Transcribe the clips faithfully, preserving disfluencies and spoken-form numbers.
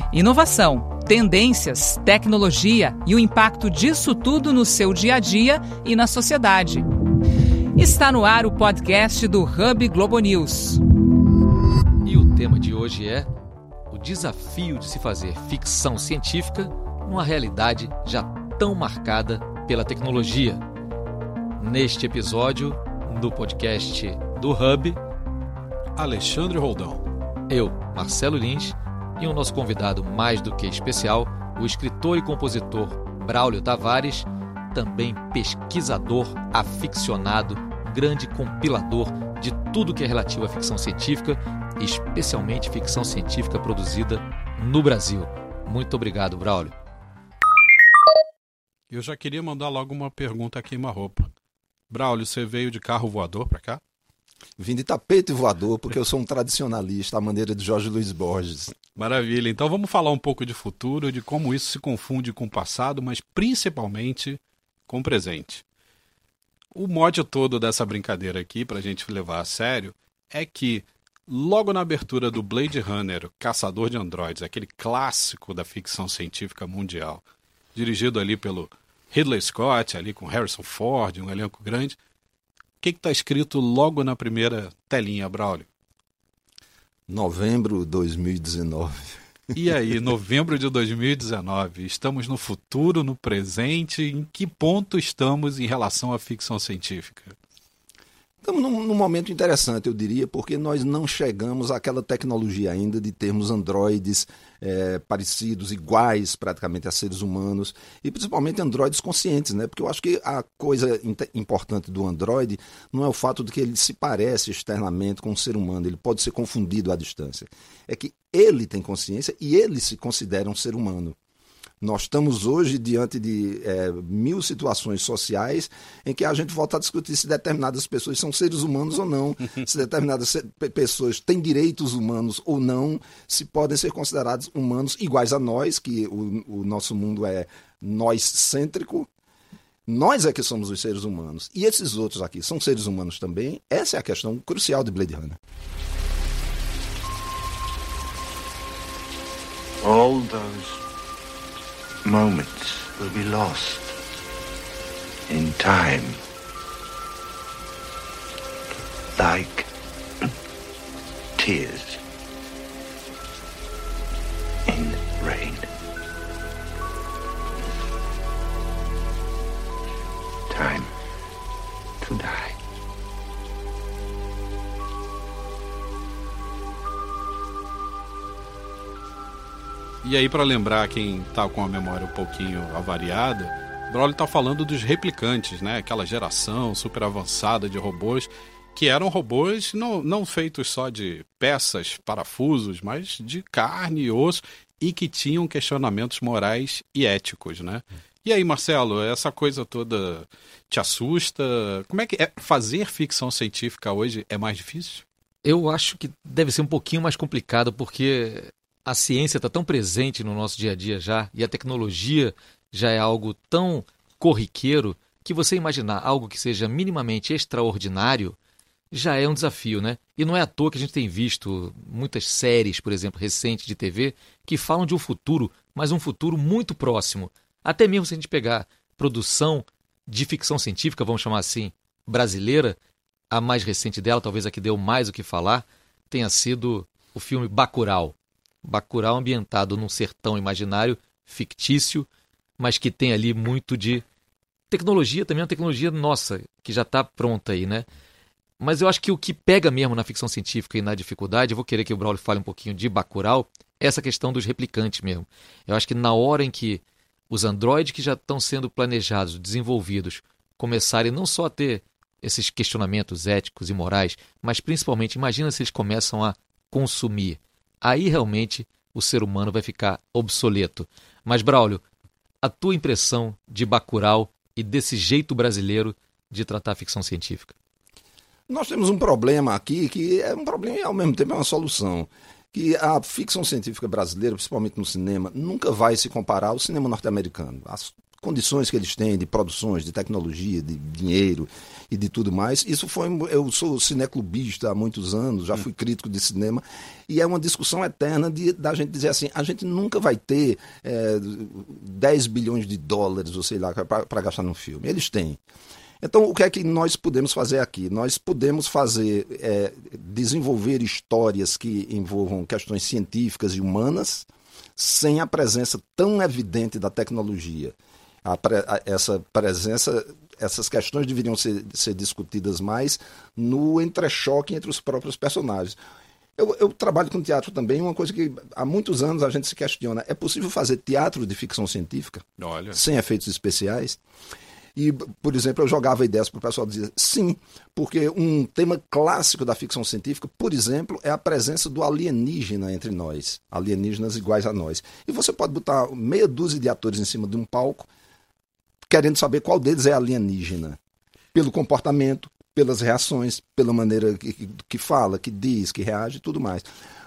Inovação, tendências, tecnologia e o impacto disso tudo no seu dia a dia e na sociedade. Está no ar o podcast do Hub Globo News. E o tema de hoje é o desafio de se fazer ficção científica numa realidade já tão marcada pela tecnologia. Neste episódio do podcast do Hub, Alexandre Roldão, eu, Marcelo Lins, e o nosso convidado mais do que especial, o escritor e compositor Braulio Tavares, também pesquisador, aficionado, grande compilador de tudo que é relativo à ficção científica, especialmente ficção científica produzida no Brasil. Muito obrigado, Braulio. Eu já queria mandar logo uma pergunta a queima-roupa. Braulio, você veio de carro voador para cá? Vim de tapete voador, porque eu sou um tradicionalista, à maneira de Jorge Luiz Borges. Maravilha. Então vamos falar um pouco de futuro, de como isso se confunde com o passado, mas principalmente com o presente. O mote todo dessa brincadeira aqui, para a gente levar a sério, é que logo na abertura do Blade Runner, Caçador de Androides, aquele clássico da ficção científica mundial, dirigido ali pelo Ridley Scott, ali com Harrison Ford, um elenco grande, o que está escrito logo na primeira telinha, Braulio? Novembro de dois mil e dezenove. E aí, novembro de dois mil e dezenove, estamos no futuro, no presente? Em que ponto estamos em relação à ficção científica? Estamos num, num momento interessante, eu diria, porque nós não chegamos àquela tecnologia ainda de termos androides é, parecidos, iguais praticamente a seres humanos, e principalmente androides conscientes, né? Porque eu acho que a coisa importante do androide não é o fato de que ele se parece externamente com um ser humano, ele pode ser confundido à distância. É que ele tem consciência e ele se considera um ser humano. Nós estamos hoje diante de é, mil situações sociais em que a gente volta a discutir se determinadas pessoas são seres humanos ou não, se determinadas pessoas têm direitos humanos ou não, se podem ser considerados humanos iguais a nós, que o, o nosso mundo é nós-cêntrico. Nós é que somos os seres humanos. E esses outros aqui são seres humanos também? Essa é a questão crucial de Blade Runner. All those moments will be lost in time, like tears in rain. Time to die. E aí, para lembrar quem está com a memória um pouquinho avariada, Braulio está falando dos replicantes, né? Aquela geração super avançada de robôs, que eram robôs não, não feitos só de peças, parafusos, mas de carne e osso, e que tinham questionamentos morais e éticos, né? E aí, Marcelo, essa coisa toda te assusta? Como é que é? Fazer ficção científica hoje é mais difícil? Eu acho que deve ser um pouquinho mais complicado, porque a ciência está tão presente no nosso dia a dia já, e a tecnologia já é algo tão corriqueiro, que você imaginar algo que seja minimamente extraordinário já é um desafio, né? E não é à toa que a gente tem visto muitas séries, por exemplo, recentes de T V, que falam de um futuro, mas um futuro muito próximo. Até mesmo se a gente pegar produção de ficção científica, vamos chamar assim, brasileira, a mais recente dela, talvez a que deu mais o que falar, tenha sido o filme Bacurau. Bacurau ambientado num sertão imaginário, fictício, mas que tem ali muito de tecnologia, também uma tecnologia nossa, que já está pronta aí, né? Mas eu acho que o que pega mesmo na ficção científica e na dificuldade, eu vou querer que o Braulio fale um pouquinho de Bacurau, é essa questão dos replicantes mesmo. Eu acho que na hora em que os androides que já estão sendo planejados, desenvolvidos, começarem não só a ter esses questionamentos éticos e morais, mas principalmente, imagina se eles começam a consumir. Aí realmente o ser humano vai ficar obsoleto. Mas, Braulio, a tua impressão de Bacurau e desse jeito brasileiro de tratar a ficção científica? Nós temos um problema aqui que é um problema e ao mesmo tempo é uma solução. Que a ficção científica brasileira, principalmente no cinema, nunca vai se comparar ao cinema norte-americano. As condições que eles têm de produções, de tecnologia, de dinheiro e de tudo mais. Isso foi, eu sou cineclubista há muitos anos, já fui crítico de cinema, e é uma discussão eterna de, da gente dizer assim, a gente nunca vai ter é, dez bilhões de dólares, ou sei lá, para gastar num filme. Eles têm. Então, o que é que nós podemos fazer aqui? Nós podemos fazer, é, desenvolver histórias que envolvam questões científicas e humanas, sem a presença tão evidente da tecnologia. A pre, a, essa presença, essas questões deveriam ser, ser discutidas mais no entrechoque entre os próprios personagens. Eu, eu trabalho com teatro também, uma coisa que há muitos anos a gente se questiona, é possível fazer teatro de ficção científica? Olha. Sem efeitos especiais? E, por exemplo, eu jogava ideias para o pessoal dizer sim, porque um tema clássico da ficção científica, por exemplo, é a presença do alienígena entre nós, alienígenas iguais a nós. E você pode botar meia dúzia de atores em cima de um palco, querendo saber qual deles é alienígena, pelo comportamento, pelas reações, pela maneira que, que fala, que diz, que reage e tudo mais.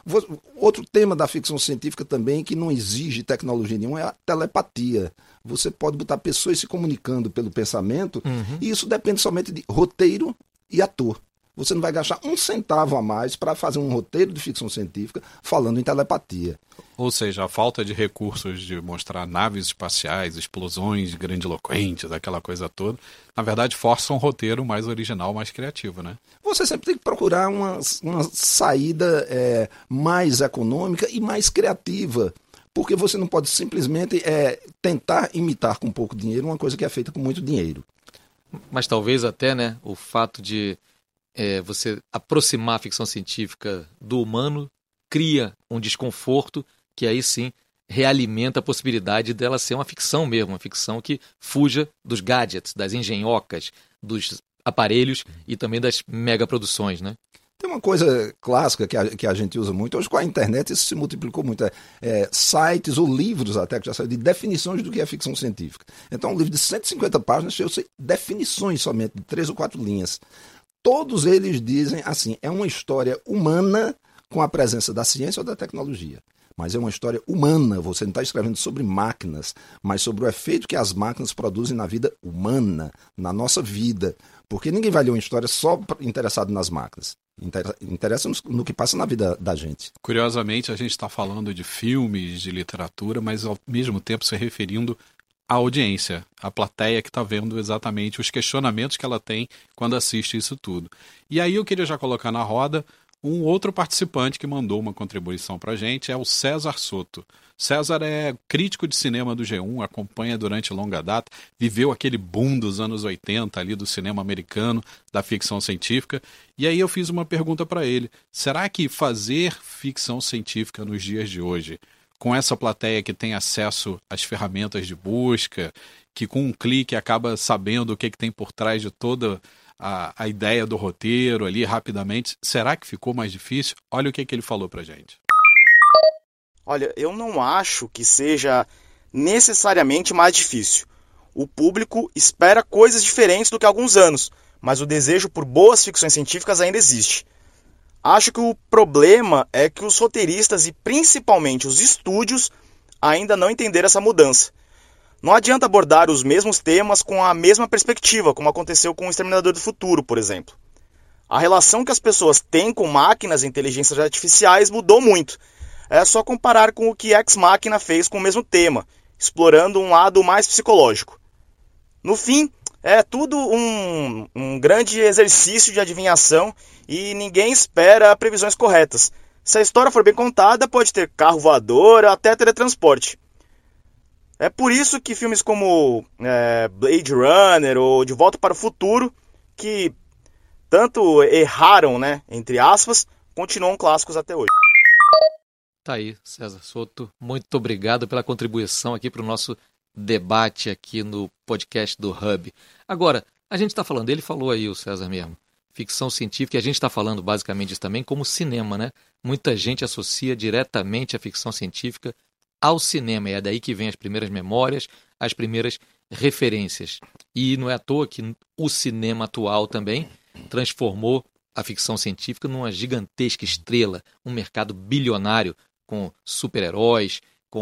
Outro tema da ficção científica também, que não exige tecnologia nenhuma, é a telepatia. Você pode botar pessoas se comunicando pelo pensamento, uhum. e isso depende somente de roteiro e ator. Você não vai gastar um centavo a mais para fazer um roteiro de ficção científica falando em telepatia. Ou seja, a falta de recursos de mostrar naves espaciais, explosões grandiloquentes, aquela coisa toda, na verdade força um roteiro mais original, mais criativo, né? Você sempre tem que procurar uma, uma saída é, mais econômica e mais criativa, porque você não pode simplesmente é, tentar imitar com pouco dinheiro uma coisa que é feita com muito dinheiro. Mas talvez até, né, o fato de é, você aproximar a ficção científica do humano cria um desconforto que aí sim realimenta a possibilidade dela ser uma ficção mesmo, uma ficção que fuja dos gadgets, das engenhocas, dos aparelhos e também das megaproduções, né? Tem uma coisa clássica que a, que a gente usa muito, hoje com a internet isso se multiplicou muito, é, é sites ou livros até que já saíram de definições do que é ficção científica. Então um livro de cento e cinquenta páginas, eu sei definições somente, de três ou quatro linhas. Todos eles dizem assim, é uma história humana com a presença da ciência ou da tecnologia. Mas é uma história humana, você não está escrevendo sobre máquinas, mas sobre o efeito que as máquinas produzem na vida humana, na nossa vida. Porque ninguém vai ler uma história só interessado nas máquinas. Interessa no que passa na vida da gente. Curiosamente, a gente está falando de filmes, de literatura, mas ao mesmo tempo se referindo à audiência, à plateia que está vendo exatamente os questionamentos que ela tem quando assiste isso tudo. E aí eu queria já colocar na roda um outro participante que mandou uma contribuição para a gente, é o César Soto. César é crítico de cinema do G um, acompanha durante longa data, viveu aquele boom dos anos oitenta ali do cinema americano, da ficção científica, e aí eu fiz uma pergunta para ele. Será que fazer ficção científica nos dias de hoje, com essa plateia que tem acesso às ferramentas de busca, que com um clique acaba sabendo o que, que tem por trás de toda A, a ideia do roteiro ali rapidamente, será que ficou mais difícil? Olha o que, que ele falou pra gente. Olha, eu não acho que seja necessariamente mais difícil. O público espera coisas diferentes do que há alguns anos, mas o desejo por boas ficções científicas ainda existe. Acho que o problema é que os roteiristas e principalmente os estúdios ainda não entenderam essa mudança. Não adianta abordar os mesmos temas com a mesma perspectiva, como aconteceu com o Exterminador do Futuro, por exemplo. A relação que as pessoas têm com máquinas e inteligências artificiais mudou muito. É só comparar com o que Ex Machina fez com o mesmo tema, explorando um lado mais psicológico. No fim, é tudo um, um grande exercício de adivinhação e ninguém espera previsões corretas. Se a história for bem contada, pode ter carro voador até teletransporte. É por isso que filmes como é, Blade Runner ou De Volta para o Futuro, que tanto erraram, né, entre aspas, continuam clássicos até hoje. Tá aí, César Soto. Muito obrigado pela contribuição aqui para o nosso debate aqui no podcast do Hub. Agora, a gente está falando, ele falou aí, o César mesmo, ficção científica, e a gente está falando basicamente isso também como cinema, né? Muita gente associa diretamente a ficção científica ao cinema, e é daí que vem as primeiras memórias, as primeiras referências. E não é à toa que o cinema atual também transformou a ficção científica numa gigantesca estrela, um mercado bilionário com super-heróis, com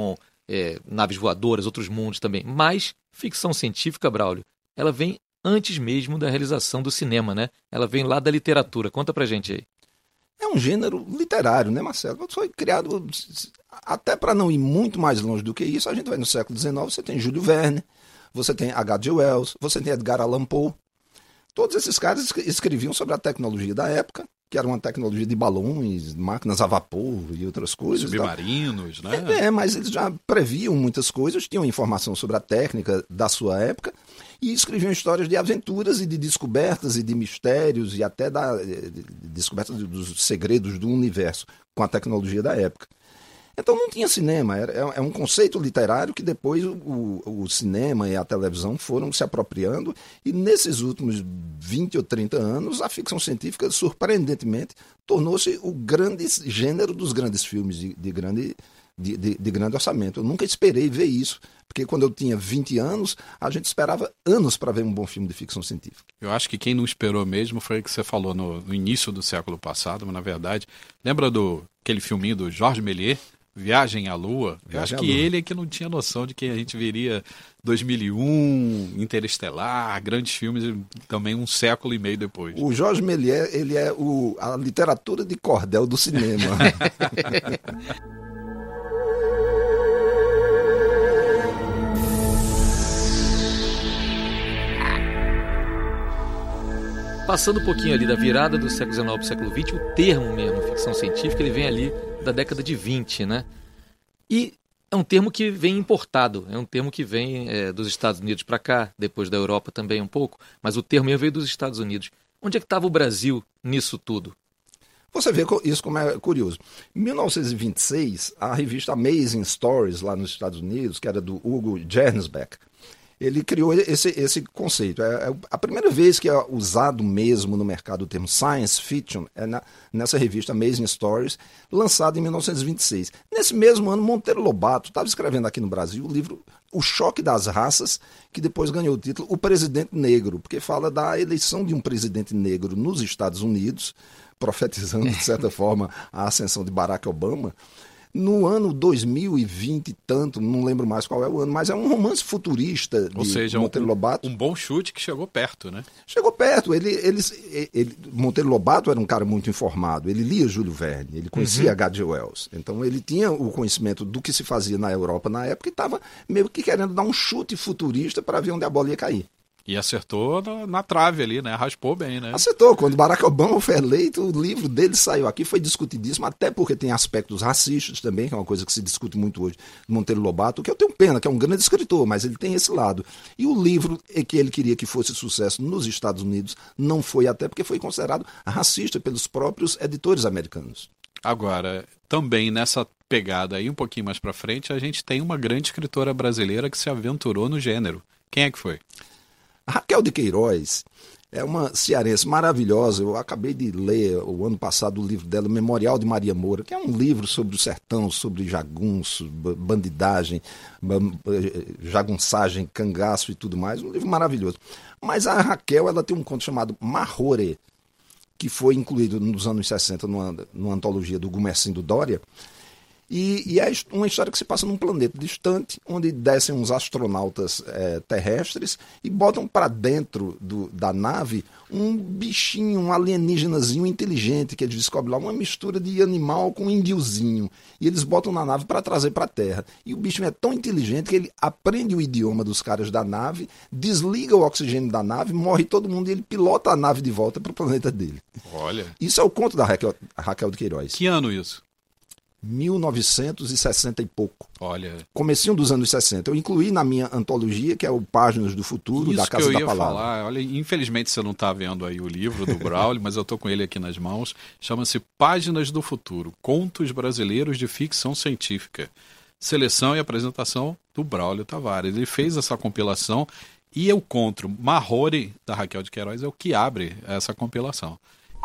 é, naves voadoras, outros mundos também. Mas ficção científica, Braulio, ela vem antes mesmo da realização do cinema, né? Ela vem lá da literatura. Conta pra gente aí. É um gênero literário, né, Marcelo? Foi criado, até para não ir muito mais longe do que isso, a gente vai no século dezenove, você tem Júlio Verne, você tem H G Wells, você tem Edgar Allan Poe. Todos esses caras escreviam sobre a tecnologia da época, que era uma tecnologia de balões, máquinas a vapor e outras coisas. Submarinos, né? É, é, mas eles já previam muitas coisas, tinham informação sobre a técnica da sua época e escreviam histórias de aventuras e de descobertas e de mistérios e até da de, de descoberta dos segredos do universo com a tecnologia da época. Então não tinha cinema, era, é um conceito literário que depois o, o cinema e a televisão foram se apropriando e nesses últimos vinte ou trinta anos a ficção científica surpreendentemente tornou-se o grande gênero dos grandes filmes de, de, grande, de, de, de grande orçamento. Eu nunca esperei ver isso, porque quando eu tinha vinte anos a gente esperava anos para ver um bom filme de ficção científica. Eu acho que quem não esperou mesmo foi o que você falou no, no início do século passado, mas na verdade, lembra do aquele filminho do Georges Méliès? Viagem à Lua, eu Viagem acho que à Lua. ele é que não tinha noção de que a gente veria dois mil e um, Interestelar, grandes filmes também um século e meio depois. O Georges Méliès, ele é o, a literatura de cordel do cinema. Passando um pouquinho ali da virada do século dezenove para o século vinte, o termo mesmo, ficção científica, ele vem ali da década de vinte, né? E é um termo que vem importado, é um termo que vem é, dos Estados Unidos para cá, depois da Europa também um pouco, mas o termo mesmo veio dos Estados Unidos. Onde é que estava o Brasil nisso tudo? Você vê isso como é curioso. Em mil novecentos e vinte e seis, a revista Amazing Stories, lá nos Estados Unidos, que era do Hugo Gernsback, ele criou esse, esse conceito. É, é a primeira vez que é usado mesmo no mercado o termo science fiction é na, nessa revista Amazing Stories, lançada em mil novecentos e vinte e seis. Nesse mesmo ano, Monteiro Lobato estava escrevendo aqui no Brasil o livro O Choque das Raças, que depois ganhou o título O Presidente Negro, porque fala da eleição de um presidente negro nos Estados Unidos, profetizando, de certa forma, a ascensão de Barack Obama. No ano dois mil e vinte e tanto, não lembro mais qual é o ano, mas é um romance futurista de Ou seja, Monteiro um, Lobato. um bom chute que chegou perto, né? Chegou perto. Ele, ele, ele, Monteiro Lobato era um cara muito informado. Ele lia Júlio Verne, ele conhecia Uhum. H G Wells. Então ele tinha o conhecimento do que se fazia na Europa na época e estava meio que querendo dar um chute futurista para ver onde a bola ia cair. E acertou na, na trave ali, né? Raspou bem, né? Acertou. Quando Barack Obama foi eleito, o livro dele saiu aqui, foi discutidíssimo, até porque tem aspectos racistas também, que é uma coisa que se discute muito hoje, do Monteiro Lobato, que eu tenho pena, que é um grande escritor, mas ele tem esse lado. E o livro que ele queria que fosse sucesso nos Estados Unidos não foi, até porque foi considerado racista pelos próprios editores americanos. Agora, também nessa pegada aí, um pouquinho mais pra frente, a gente tem uma grande escritora brasileira que se aventurou no gênero. Quem é que foi? A Raquel de Queiroz é uma cearense maravilhosa. Eu acabei de ler o ano passado o livro dela, Memorial de Maria Moura, que é um livro sobre o sertão, sobre jagunço, bandidagem, jagunçagem, cangaço e tudo mais. Um livro maravilhoso. Mas a Raquel, ela tem um conto chamado Marrore, que foi incluído nos anos sessenta numa, numa antologia do Gumercindo Doria. E, e é uma história que se passa num planeta distante, onde descem uns astronautas é, terrestres e botam para dentro do, da nave um bichinho, um alienígenazinho inteligente, que eles descobrem lá, uma mistura de animal com índiozinho. E eles botam na nave para trazer para a Terra. E o bicho é tão inteligente que ele aprende o idioma dos caras da nave, desliga o oxigênio da nave, morre todo mundo e ele pilota a nave de volta para o planeta dele. Olha. Isso é o conto da Raquel, Raquel de Queiroz. Que ano isso? mil novecentos e sessenta e pouco. Olha. Comecinho dos anos sessenta. Eu incluí na minha antologia, que é o Páginas do Futuro, Isso da Casa que eu da ia Palavra. falar. Olha, infelizmente você não está vendo aí o livro do Braulio, mas eu estou com ele aqui nas mãos. Chama-se Páginas do Futuro, Contos Brasileiros de Ficção Científica. Seleção e apresentação do Braulio Tavares. Ele fez essa compilação e o conto Marrore, da Raquel de Queiroz, é o que abre essa compilação.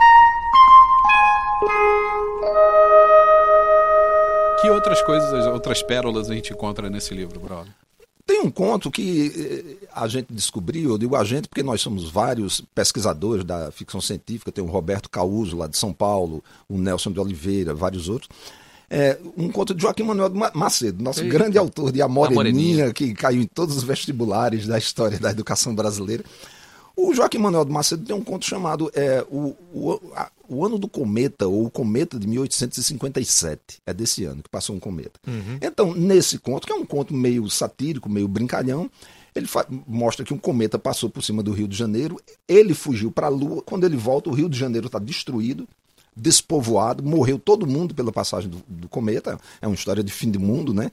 Que outras coisas, outras pérolas a gente encontra nesse livro, Braulio? Tem um conto que a gente descobriu, eu digo a gente porque nós somos vários pesquisadores da ficção científica, tem o Roberto Causo lá de São Paulo, o Nelson de Oliveira, vários outros. É, um conto de Joaquim Manuel Macedo, nosso Eita. grande autor de A Moreninha, A Moreninha, que caiu em todos os vestibulares da história da educação brasileira. O Joaquim Manuel Macedo tem um conto chamado é, o, o, a, o Ano do Cometa, ou o Cometa de mil oitocentos e cinquenta e sete. É desse ano que passou um cometa. Uhum. Então, nesse conto, que é um conto meio satírico, meio brincalhão, ele mostra que um cometa passou por cima do Rio de Janeiro, ele fugiu para a Lua, quando ele volta, o Rio de Janeiro está destruído, despovoado, morreu todo mundo pela passagem do, do cometa, é uma história de fim de mundo, né?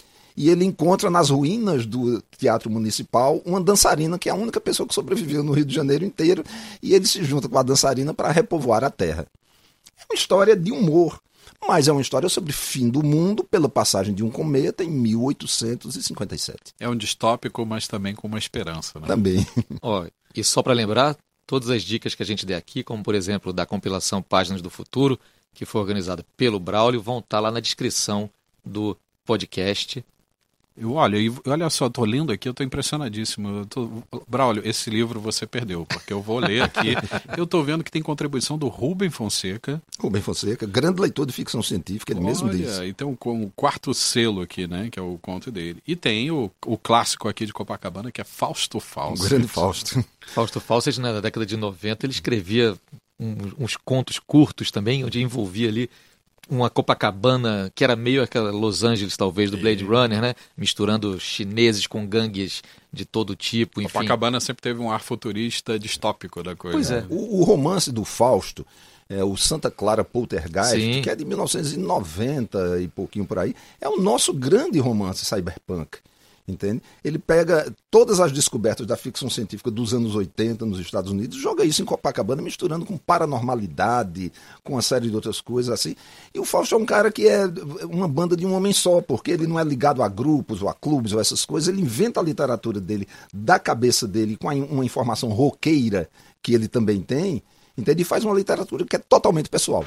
E ele encontra nas ruínas do Teatro Municipal uma dançarina, que é a única pessoa que sobreviveu no Rio de Janeiro inteiro, e ele se junta com a dançarina para repovoar a Terra. É uma história de humor, mas é uma história sobre fim do mundo pela passagem de um cometa em mil oitocentos e cinquenta e sete. É um distópico, mas também com uma esperança, né? Também. Ó, e só para lembrar, todas as dicas que a gente der aqui, como por exemplo da compilação Páginas do Futuro, que foi organizada pelo Braulio, vão estar lá na descrição do podcast. Eu, olha, e olha só, tô lendo aqui, eu tô impressionadíssimo. Eu tô... Braulio, esse livro você perdeu, porque eu vou ler aqui. Eu tô vendo que tem contribuição do Rubem Fonseca. Rubem Fonseca, grande leitor de ficção científica, ele olha, mesmo diz. E tem um, um quarto selo aqui, né, que é o conto dele. E tem o, o clássico aqui de Copacabana, que é Fausto Fawcett. O grande Fausto. Fausto Fawcett, na década de noventa, ele escrevia um, uns contos curtos também, onde envolvia ali uma Copacabana, que era meio aquela Los Angeles, talvez, do Blade Runner, né? Misturando chineses com gangues de todo tipo, enfim. Copacabana sempre teve um ar futurista distópico da coisa. Pois é. O, o romance do Fausto, é, o Santa Clara Poltergeist, Sim. que é de mil novecentos e noventa e pouquinho por aí, é o nosso grande romance cyberpunk. Entende? Ele pega todas as descobertas da ficção científica dos anos oitenta nos Estados Unidos, joga isso em Copacabana, misturando com paranormalidade, com uma série de outras coisas assim. E o Fausto é um cara que é uma banda de um homem só, porque ele não é ligado a grupos ou a clubes ou essas coisas, ele inventa a literatura dele, da cabeça dele, com uma informação roqueira que ele também tem, entende? E faz uma literatura que é totalmente pessoal.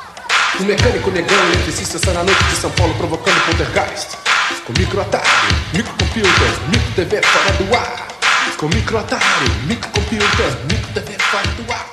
O mecânico negão, eletricista, sai na noite de São Paulo provocando poltergeist. Com microatário, microcomputer, micro-T V fora do ar. Com microatário, microcomputer, micro-T V fora do ar.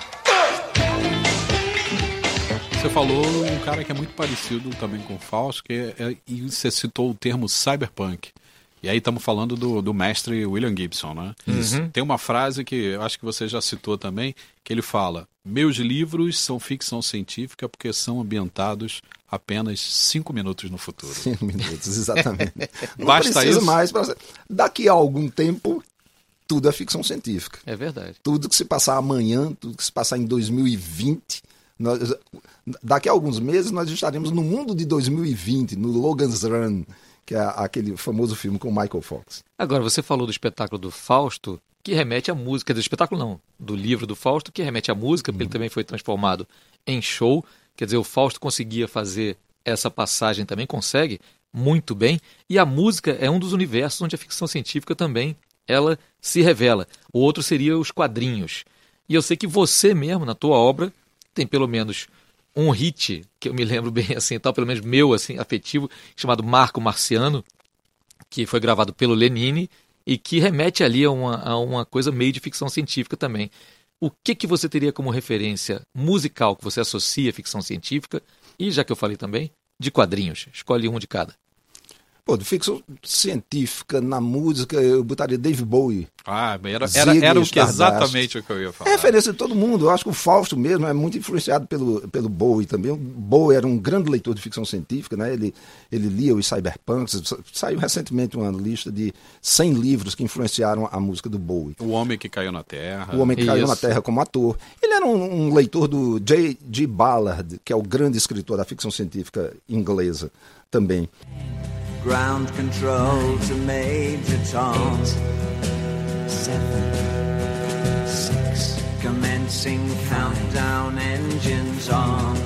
Você falou um cara que é muito parecido também com o Fausto, que é, é, e você citou o termo cyberpunk. E aí estamos falando do, do mestre William Gibson, né? Uhum. Tem uma frase que eu acho que você já citou também, que ele fala: meus livros são ficção científica porque são ambientados apenas cinco minutos no futuro. Cinco minutos, exatamente. Não Basta precisa isso? mais. Pra... Daqui a algum tempo, tudo é ficção científica. É verdade. Tudo que se passar amanhã, tudo que se passar em dois mil e vinte... Nós... Daqui a alguns meses nós estaremos no mundo de dois mil e vinte, no Logan's Run, que é aquele famoso filme com Michael Fox. Agora, você falou do espetáculo do Fausto, que remete à música, do espetáculo não, do livro do Fausto, que remete à música, porque ele também foi transformado em show. Quer dizer, o Fausto conseguia fazer essa passagem, também consegue muito bem, e a música é um dos universos onde a ficção científica também ela se revela. O outro seria os quadrinhos. E eu sei que você mesmo, na tua obra, tem pelo menos um hit, que eu me lembro bem assim, tal, pelo menos meu, assim, afetivo, chamado Marco Marciano, que foi gravado pelo Lenine e que remete ali a uma, a uma coisa meio de ficção científica também. O que, que você teria como referência musical que você associa à ficção científica e, já que eu falei também, de quadrinhos? Escolhe um de cada. Pô, de ficção científica na música, eu botaria Dave Bowie. Ah, era, era, era o que exatamente o que eu ia falar. É referência de todo mundo. Eu acho que o Fausto mesmo é muito influenciado pelo, pelo Bowie também. O Bowie era um grande leitor de ficção científica, né? Ele, ele lia os cyberpunks. Saiu recentemente uma lista de cem livros que influenciaram a música do Bowie. O Homem que Caiu na Terra. O Homem que Isso. Caiu na Terra como ator. Ele era um, um leitor do J G Ballard, que é o grande escritor da ficção científica inglesa também. Ground control to Major Tom. Seven, six, commencing countdown, engines on.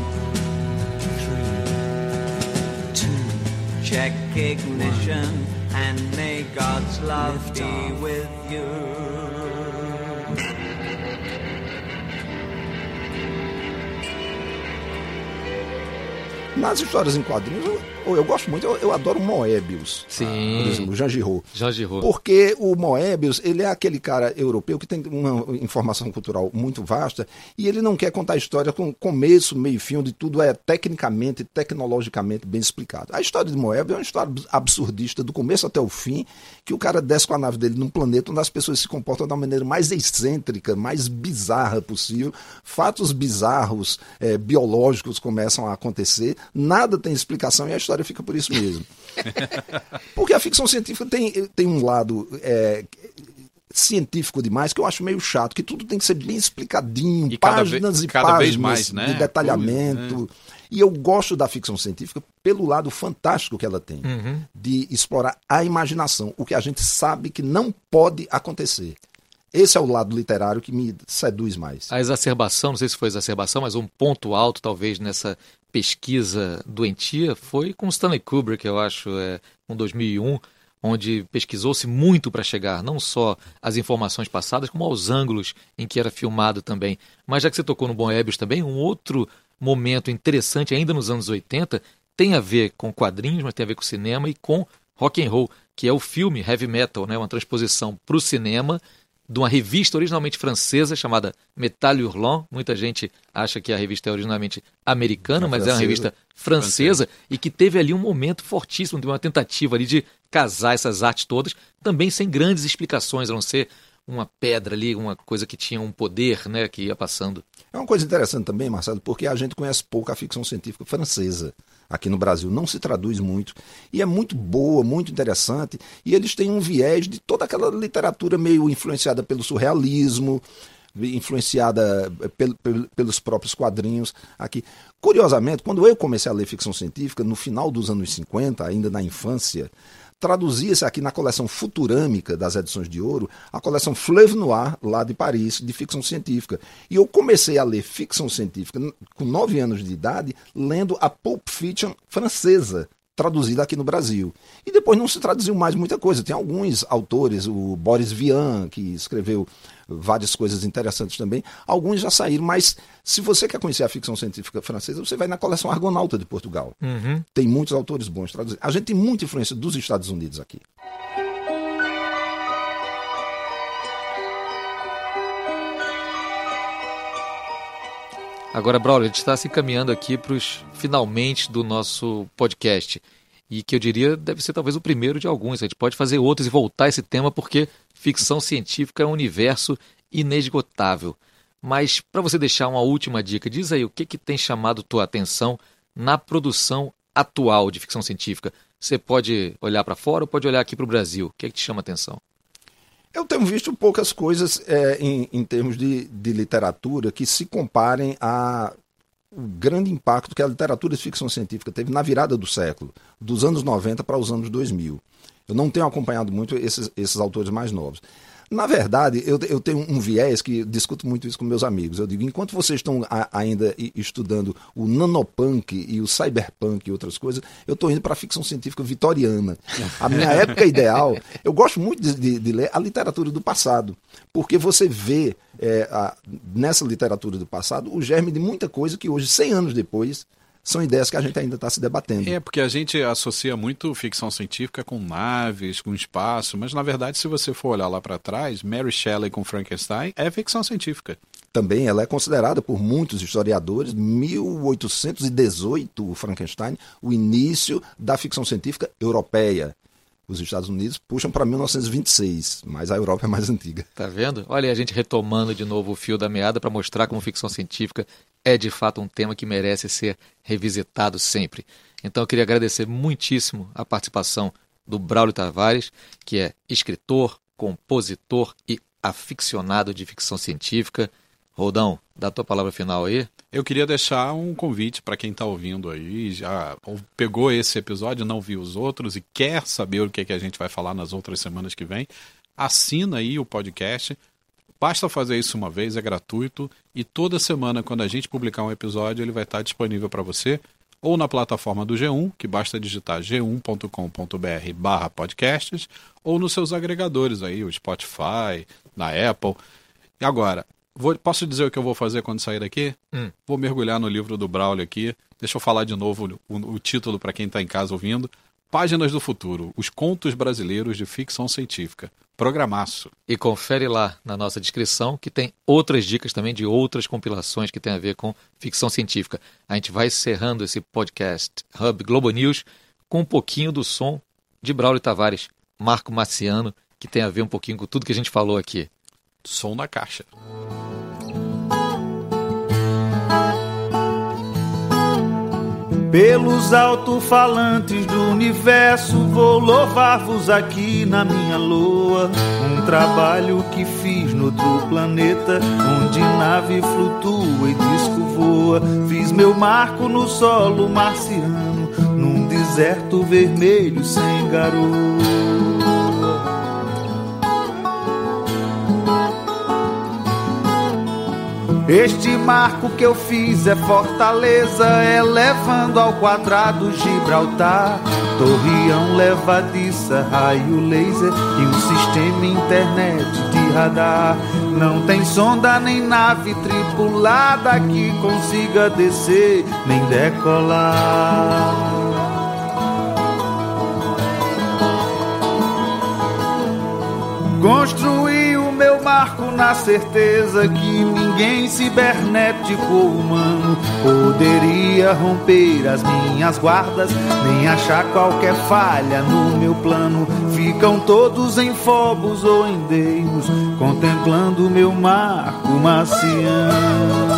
Three, two, check ignition, and may God's love be with you. Nas histórias em quadrinhos, eu, eu gosto muito, eu, eu adoro o Moebius. Sim. Por exemplo, o Jean Giraud. Jean Giraud. Porque o Moebius, ele é aquele cara europeu que tem uma informação cultural muito vasta e ele não quer contar a história com começo, meio e fim, onde tudo é tecnicamente, tecnologicamente bem explicado. A história de Moebius é uma história absurdista do começo até o fim, que o cara desce com a nave dele num planeta onde as pessoas se comportam da maneira mais excêntrica, mais bizarra possível. Fatos bizarros, é, biológicos começam a acontecer, nada tem explicação e a história fica por isso mesmo. Porque a ficção científica tem, tem um lado é, científico demais que eu acho meio chato, que tudo tem que ser bem explicadinho, e páginas cada e cada páginas vez mais, né? de detalhamento. Ui, é. E eu gosto da ficção científica pelo lado fantástico que ela tem, uhum. de explorar a imaginação, o que a gente sabe que não pode acontecer. Esse é o lado literário que me seduz mais. A exacerbação, não sei se foi exacerbação, mas um ponto alto talvez nessa pesquisa doentia foi com Stanley Kubrick, eu acho, é, com dois mil e um, onde pesquisou-se muito para chegar não só às informações passadas, como aos ângulos em que era filmado também. Mas já que você tocou no Moebius também, um outro momento interessante ainda nos anos oitenta tem a ver com quadrinhos, mas tem a ver com cinema e com rock and roll, que é o filme Heavy Metal, né, uma transposição para o cinema de uma revista originalmente francesa chamada Metal Hurlant. Muita gente acha que a revista é originalmente americana, é mas francesa. É uma revista francesa, francesa e que teve ali um momento fortíssimo, de uma tentativa ali de casar essas artes todas, também sem grandes explicações, a não ser uma pedra ali, uma coisa que tinha um poder, né, que ia passando. É uma coisa interessante também, Marcelo, porque a gente conhece pouco a ficção científica francesa. Aqui no Brasil não se traduz muito, e é muito boa, muito interessante, e eles têm um viés de toda aquela literatura meio influenciada pelo surrealismo, influenciada pel, pel, pelos próprios quadrinhos aqui. Curiosamente, quando eu comecei a ler ficção científica, no final dos anos cinquenta, ainda na infância, traduzia-se aqui na coleção Futurâmica das edições de ouro, a coleção Fleuve Noir, lá de Paris, de ficção científica. E eu comecei a ler ficção científica com nove anos de idade, lendo a Pulp Fiction francesa, traduzida aqui no Brasil. E depois não se traduziu mais muita coisa. Tem alguns autores, o Boris Vian, que escreveu várias coisas interessantes também. Alguns já saíram, mas se você quer conhecer a ficção científica francesa, você vai na coleção Argonauta de Portugal. Uhum. Tem muitos autores bons traduzidos. A gente tem muita influência dos Estados Unidos aqui. Agora, Braulio, a gente está se encaminhando aqui para os finalmente do nosso podcast. E que eu diria deve ser talvez o primeiro de alguns. A gente pode fazer outros e voltar a esse tema, porque ficção científica é um universo inesgotável. Mas para você deixar uma última dica, diz aí o que, que tem chamado tua atenção na produção atual de ficção científica. Você pode olhar para fora ou pode olhar aqui para o Brasil? O que, é que te chama a atenção? Eu tenho visto poucas coisas é, em, em termos de, de literatura que se comparem a o grande impacto que a literatura de ficção científica teve na virada do século, dos anos noventa para os anos dois mil. Eu não tenho acompanhado muito esses, esses autores mais novos. Na verdade, eu, eu tenho um viés que discuto muito isso com meus amigos. Eu digo, enquanto vocês estão a, ainda estudando o nanopunk e o cyberpunk e outras coisas, eu estou indo para a ficção científica vitoriana. A minha época ideal, eu gosto muito de, de, de ler a literatura do passado, porque você vê é, a, nessa literatura do passado o germe de muita coisa que hoje, cem anos depois, são ideias que a gente ainda está se debatendo. É, porque a gente associa muito ficção científica com naves, com espaço, mas na verdade, se você for olhar lá para trás, Mary Shelley com Frankenstein é ficção científica. Também ela é considerada por muitos historiadores, mil oitocentos e dezoito, o Frankenstein, o início da ficção científica europeia. Os Estados Unidos puxam para mil novecentos e vinte e seis, mas a Europa é mais antiga. Tá vendo? Olha a gente retomando de novo o fio da meada para mostrar como ficção científica é de fato um tema que merece ser revisitado sempre. Então eu queria agradecer muitíssimo a participação do Braulio Tavares, que é escritor, compositor e aficionado de ficção científica. Roldão, dá a tua palavra final aí. Eu queria deixar um convite para quem está ouvindo aí, já pegou esse episódio, não viu os outros e quer saber o que, é que a gente vai falar nas outras semanas que vem, assina aí o podcast. Basta fazer isso uma vez, é gratuito, e toda semana, quando a gente publicar um episódio, ele vai estar disponível para você, ou na plataforma do G um, que basta digitar g um ponto com ponto b r barra podcasts, ou nos seus agregadores aí, o Spotify, na Apple. E agora, Vou, posso dizer o que eu vou fazer quando sair daqui? Hum. Vou mergulhar no livro do Braulio aqui. Deixa eu falar de novo o, o título para quem está em casa ouvindo. Páginas do Futuro, os contos brasileiros de ficção científica. Programaço. E confere lá na nossa descrição que tem outras dicas também de outras compilações que tem a ver com ficção científica. A gente vai encerrando esse podcast Hub Globo News com um pouquinho do som de Braulio Tavares, Marco Marciano, que tem a ver um pouquinho com tudo que a gente falou aqui. Som na caixa. Pelos alto-falantes do universo, vou louvar-vos aqui na minha loa. Um trabalho que fiz no outro planeta, onde nave flutua e disco voa. Fiz meu marco no solo marciano, num deserto vermelho sem garoa. Este marco que eu fiz é fortaleza, elevando ao quadrado Gibraltar. Torreão levadiça, raio laser e um sistema internet de radar. Não tem sonda nem nave tripulada que consiga descer nem decolar. Construí o meu marco na certeza que ninguém cibernético ou humano poderia romper as minhas guardas, nem achar qualquer falha no meu plano. Ficam todos em Phobos ou em Deimos, contemplando o meu marco marciano.